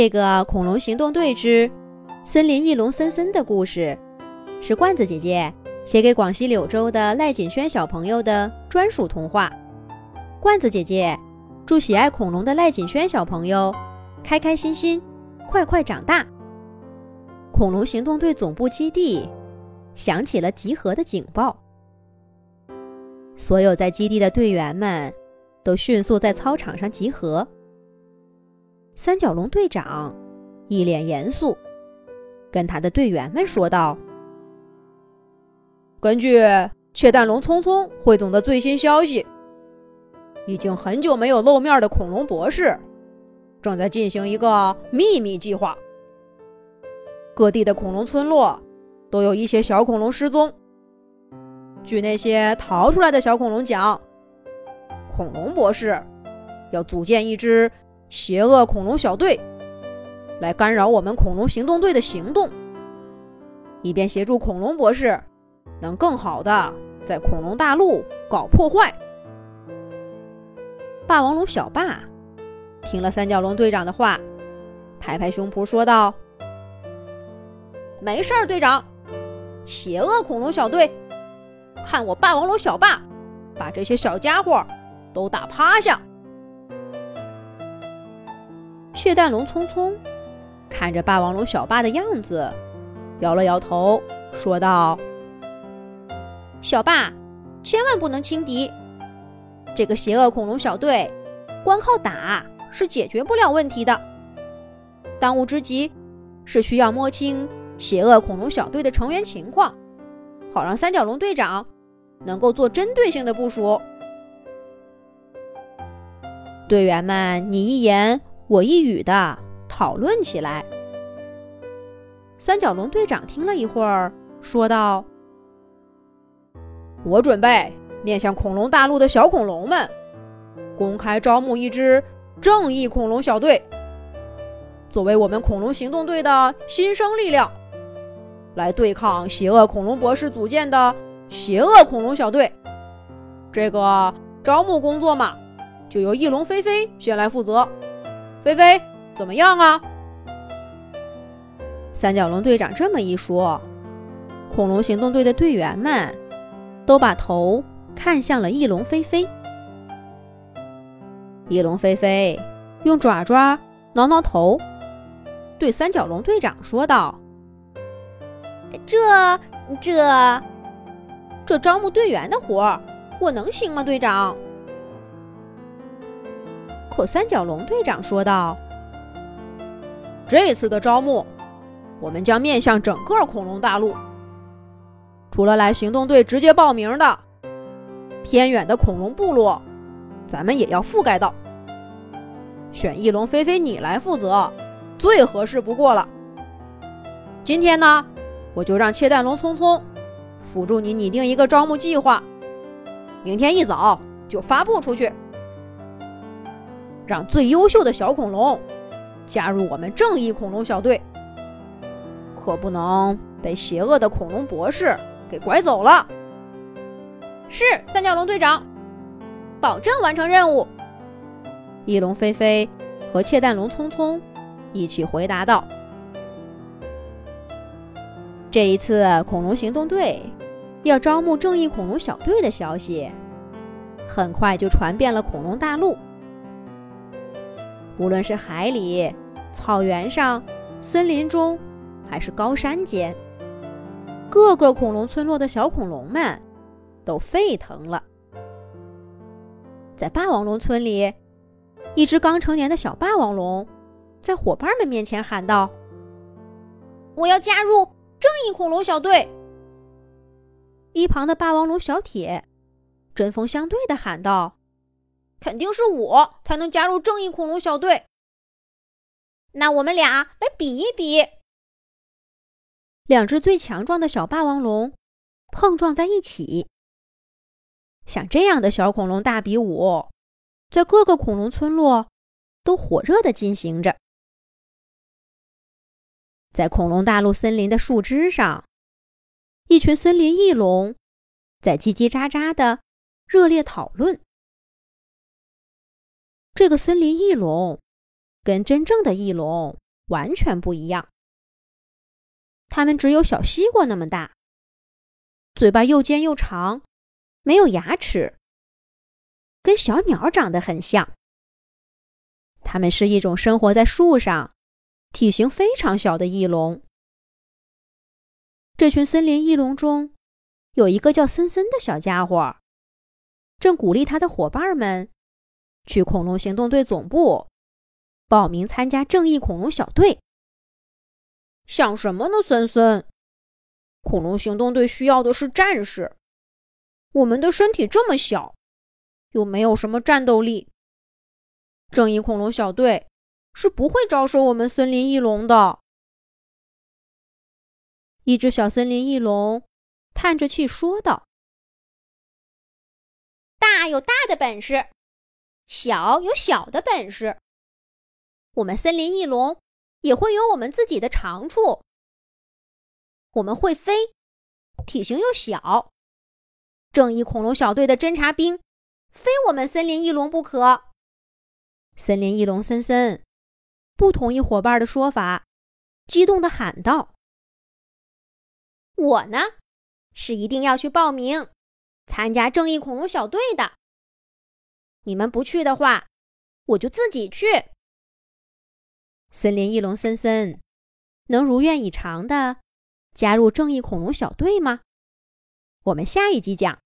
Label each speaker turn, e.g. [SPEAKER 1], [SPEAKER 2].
[SPEAKER 1] 这个恐龙行动队之森林翼龙森森的故事，是罐子姐姐写给广西柳州的赖锦轩小朋友的专属童话。罐子姐姐祝喜爱恐龙的赖锦轩小朋友开开心心，快快长大。恐龙行动队总部基地响起了集合的警报，所有在基地的队员们都迅速在操场上集合。三角龙队长一脸严肃，跟他的队员们说道：
[SPEAKER 2] 根据窃蛋龙聪聪汇总的最新消息，已经很久没有露面的恐龙博士正在进行一个秘密计划。各地的恐龙村落都有一些小恐龙失踪。据那些逃出来的小恐龙讲，恐龙博士要组建一支邪恶恐龙小队，来干扰我们恐龙行动队的行动，以便协助恐龙博士能更好的在恐龙大陆搞破坏。
[SPEAKER 1] 霸王龙小霸听了三角龙队长的话，拍拍胸脯说道：
[SPEAKER 2] 没事儿，队长，邪恶恐龙小队，看我霸王龙小霸把这些小家伙都打趴下。
[SPEAKER 1] 窃蛋龙聪聪看着霸王龙小霸的样子，摇了摇头说道：
[SPEAKER 2] 小霸，千万不能轻敌，这个邪恶恐龙小队光靠打是解决不了问题的，当务之急是需要摸清邪恶恐龙小队的成员情况，好让三角龙队长能够做针对性的部署。
[SPEAKER 1] 队员们你一言我一语的讨论起来。三角龙队长听了一会儿说道：
[SPEAKER 2] 我准备面向恐龙大陆的小恐龙们，公开招募一支正义恐龙小队，作为我们恐龙行动队的新生力量，来对抗邪恶恐龙博士组建的邪恶恐龙小队。这个招募工作嘛，就由翼龙菲菲先来负责。菲菲怎么样啊？
[SPEAKER 1] 三角龙队长这么一说，恐龙行动队的队员们都把头看向了翼龙菲菲。翼龙菲菲用爪爪挠挠头，对三角龙队长说道：
[SPEAKER 2] 这招募队员的活我能行吗，队长？
[SPEAKER 1] 可三角龙队长说道：
[SPEAKER 2] 这次的招募，我们将面向整个恐龙大陆，除了来行动队直接报名的偏远的恐龙部落，咱们也要覆盖到。选翼龙菲菲你来负责，最合适不过了。今天呢，我就让窃蛋龙聪聪辅助你拟定一个招募计划，明天一早就发布出去，让最优秀的小恐龙加入我们正义恐龙小队，可不能被邪恶的恐龙博士给拐走了。是，三角龙队长，保证完成任务。
[SPEAKER 1] 翼龙菲菲和窃蛋龙聪聪一起回答道。这一次恐龙行动队要招募正义恐龙小队的消息很快就传遍了恐龙大陆。无论是海里、草原上、森林中还是高山间，各个恐龙村落的小恐龙们都沸腾了。在霸王龙村里，一只刚成年的小霸王龙在伙伴们面前喊道：
[SPEAKER 2] 我要加入正义恐龙小队。
[SPEAKER 1] 一旁的霸王龙小铁针锋相对地喊道：
[SPEAKER 2] 肯定是我才能加入正义恐龙小队，那我们俩来比一比。
[SPEAKER 1] 两只最强壮的小霸王龙碰撞在一起。像这样的小恐龙大比武，在各个恐龙村落都火热地进行着。在恐龙大陆森林的树枝上，一群森林翼龙在叽叽喳喳地热烈讨论。这个森林翼龙跟真正的翼龙完全不一样。它们只有小西瓜那么大，嘴巴又尖又长，没有牙齿，跟小鸟长得很像。它们是一种生活在树上、体型非常小的翼龙。这群森林翼龙中，有一个叫森森的小家伙，正鼓励他的伙伴们去恐龙行动队总部报名参加正义恐龙小队。
[SPEAKER 2] 想什么呢，森森？恐龙行动队需要的是战士。我们的身体这么小，又没有什么战斗力，正义恐龙小队是不会招收我们森林翼龙的。
[SPEAKER 1] 一只小森林翼龙叹着气说道：
[SPEAKER 3] 大有大的本事，小有小的本事。我们森林翼龙也会有我们自己的长处。我们会飞，体型又小。正义恐龙小队的侦察兵非我们森林翼龙不可。
[SPEAKER 1] 森林翼龙森森不同意伙伴的说法，激动地喊道：
[SPEAKER 3] 我呢，是一定要去报名参加正义恐龙小队的。你们不去的话，我就自己去。
[SPEAKER 1] 森林翼龙森森能如愿以偿地加入正义恐龙小队吗？我们下一集讲。